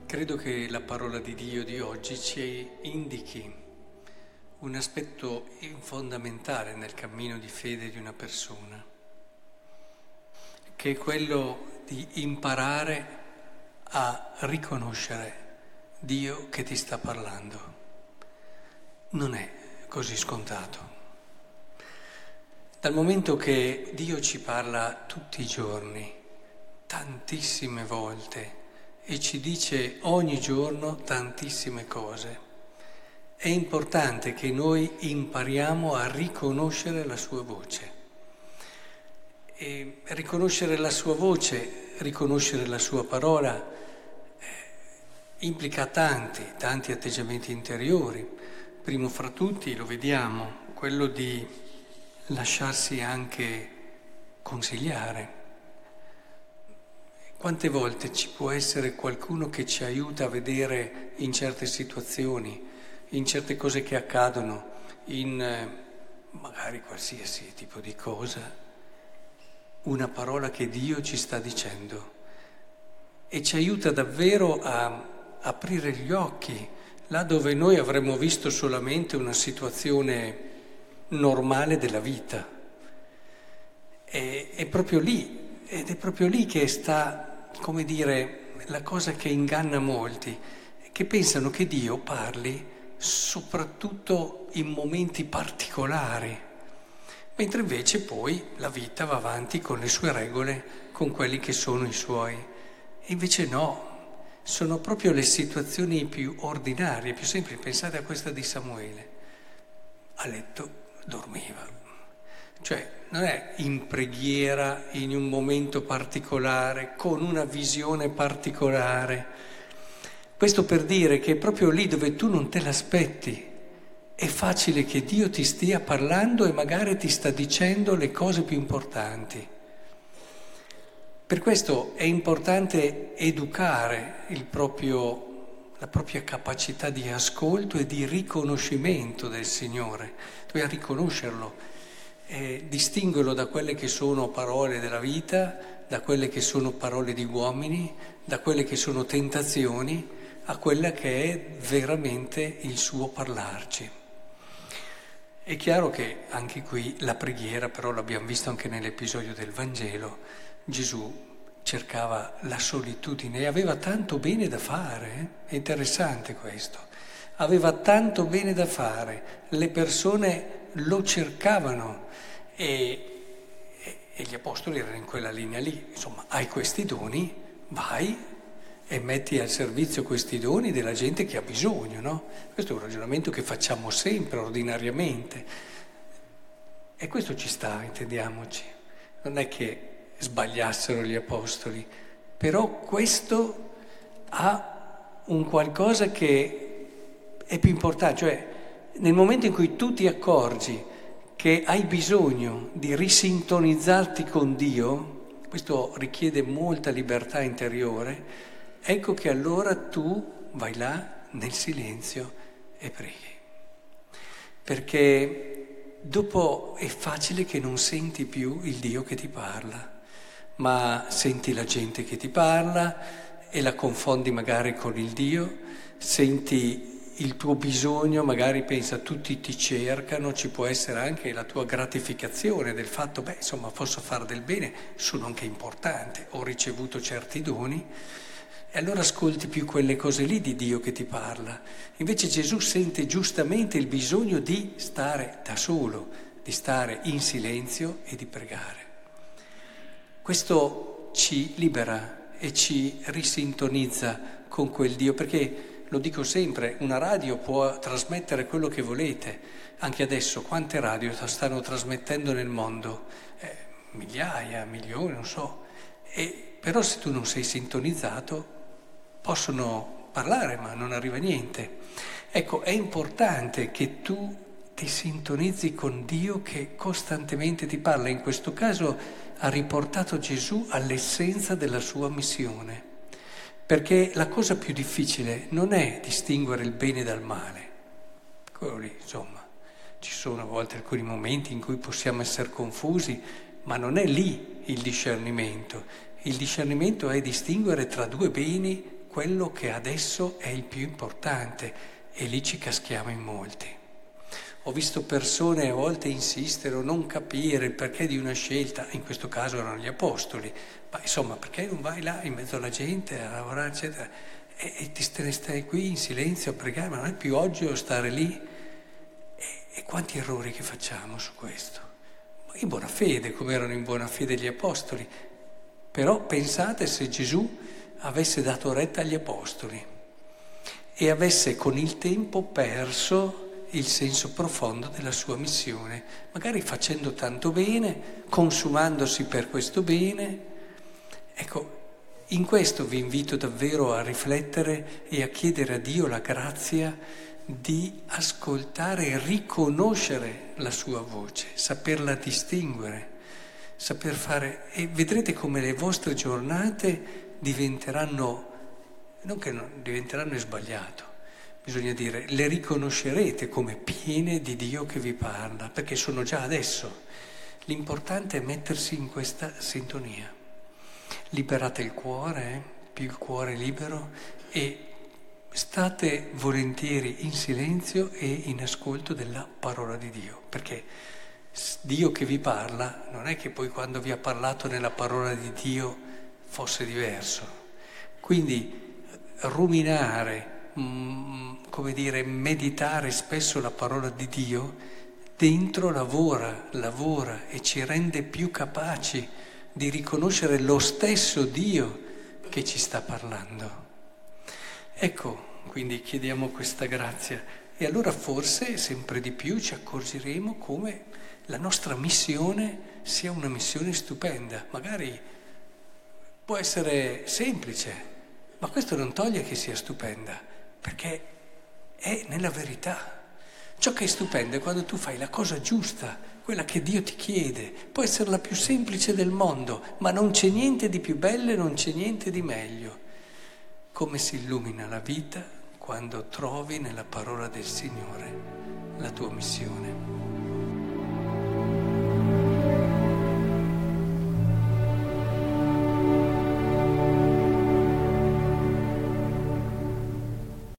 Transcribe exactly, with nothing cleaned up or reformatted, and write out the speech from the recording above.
Credo che la parola di Dio di oggi ci indichi un aspetto fondamentale nel cammino di fede di una persona, che è quello di imparare a riconoscere Dio che ti sta parlando. Non è così scontato. Dal momento che Dio ci parla tutti i giorni, tantissime volte, e ci dice ogni giorno tantissime cose, è importante che noi impariamo a riconoscere la sua voce. E riconoscere la sua voce, riconoscere la sua parola, eh, implica tanti, tanti atteggiamenti interiori. Primo fra tutti, lo vediamo, quello di lasciarsi anche consigliare. Quante volte ci può essere qualcuno che ci aiuta a vedere in certe situazioni, in certe cose che accadono, in eh, magari qualsiasi tipo di cosa, una parola che Dio ci sta dicendo e ci aiuta davvero a aprire gli occhi là dove noi avremmo visto solamente una situazione normale della vita. E, è proprio lì, ed è proprio lì che sta, come dire, la cosa che inganna molti, che pensano che Dio parli soprattutto in momenti particolari, mentre invece poi la vita va avanti con le sue regole, con quelli che sono i suoi. E invece no, sono proprio le situazioni più ordinarie, più semplici. Pensate a questa di Samuele. A letto dormiva. Cioè non è in preghiera, in un momento particolare, con una visione particolare. Questo per dire che proprio lì dove tu non te l'aspetti è facile che Dio ti stia parlando e magari ti sta dicendo le cose più importanti. Per questo è importante educare il proprio, la propria capacità di ascolto e di riconoscimento del Signore. Dobbiamo riconoscerlo. Eh, distinguerlo da quelle che sono parole della vita, da quelle che sono parole di uomini, da quelle che sono tentazioni, a quella che è veramente il suo parlarci. È chiaro che anche qui la preghiera, però l'abbiamo visto anche nell'episodio del Vangelo, Gesù cercava la solitudine e aveva tanto bene da fare, eh? È interessante questo, aveva tanto bene da fare, le persone lo cercavano e, e, e gli apostoli erano in quella linea lì, insomma, hai questi doni, vai e metti al servizio questi doni della gente che ha bisogno, no? Questo è un ragionamento che facciamo sempre, ordinariamente, e questo ci sta, intendiamoci, non è che sbagliassero gli apostoli, però questo ha un qualcosa che è più importante, cioè nel momento in cui tu ti accorgi che hai bisogno di risintonizzarti con Dio, questo richiede molta libertà interiore, ecco che allora tu vai là nel silenzio e preghi. Perché dopo è facile che non senti più il Dio che ti parla, ma senti la gente che ti parla e la confondi magari con il Dio, senti il tuo bisogno, magari pensa tutti ti cercano, ci può essere anche la tua gratificazione del fatto, beh insomma posso fare del bene, sono anche importante, ho ricevuto certi doni, e allora ascolti più quelle cose lì di Dio che ti parla. Invece Gesù sente giustamente il bisogno di stare da solo, di stare in silenzio e di pregare. Questo ci libera e ci risintonizza con quel Dio, perché lo dico sempre, una radio può trasmettere quello che volete. Anche adesso, quante radio stanno trasmettendo nel mondo? Eh, migliaia, milioni, non so. E, però se tu non sei sintonizzato, possono parlare, ma non arriva niente. Ecco, è importante che tu ti sintonizzi con Dio che costantemente ti parla. In questo caso ha riportato Gesù all'essenza della sua missione. Perché la cosa più difficile non è distinguere il bene dal male. Quello lì, insomma, ci sono a volte alcuni momenti in cui possiamo essere confusi, ma non è lì il discernimento. Il discernimento è distinguere tra due beni quello che adesso è il più importante, e lì ci caschiamo in molti. Ho visto persone a volte insistere o non capire il perché di una scelta, in questo caso erano gli apostoli, ma insomma perché non vai là in mezzo alla gente a lavorare eccetera e, e ti te ne stai qui in silenzio a pregare, ma non è più oggi o stare lì? E, e quanti errori che facciamo su questo? In buona fede, come erano in buona fede gli apostoli, però pensate se Gesù avesse dato retta agli apostoli e avesse con il tempo perso il senso profondo della sua missione, magari facendo tanto bene, consumandosi per questo bene. Ecco, in questo vi invito davvero a riflettere e a chiedere a Dio la grazia di ascoltare e riconoscere la sua voce, saperla distinguere, saper fare, e vedrete come le vostre giornate diventeranno, non che non, diventeranno è sbagliato, bisogna dire, le riconoscerete come piene di Dio che vi parla, perché sono già adesso. L'importante è mettersi in questa sintonia. Liberate il cuore, eh? Più il cuore libero, e state volentieri in silenzio e in ascolto della parola di Dio, perché Dio che vi parla non è che poi quando vi ha parlato nella parola di Dio fosse diverso. Quindi ruminare, come dire, meditare spesso la parola di Dio, dentro lavora, lavora e ci rende più capaci di riconoscere lo stesso Dio che ci sta parlando. Ecco, quindi chiediamo questa grazia e allora forse sempre di più ci accorgeremo come la nostra missione sia una missione stupenda. Magari può essere semplice, ma questo non toglie che sia stupenda, perché è nella verità. Ciò che è stupendo è quando tu fai la cosa giusta, quella che Dio ti chiede. Può essere la più semplice del mondo, ma non c'è niente di più bello e non c'è niente di meglio. Come si illumina la vita quando trovi nella parola del Signore la tua missione.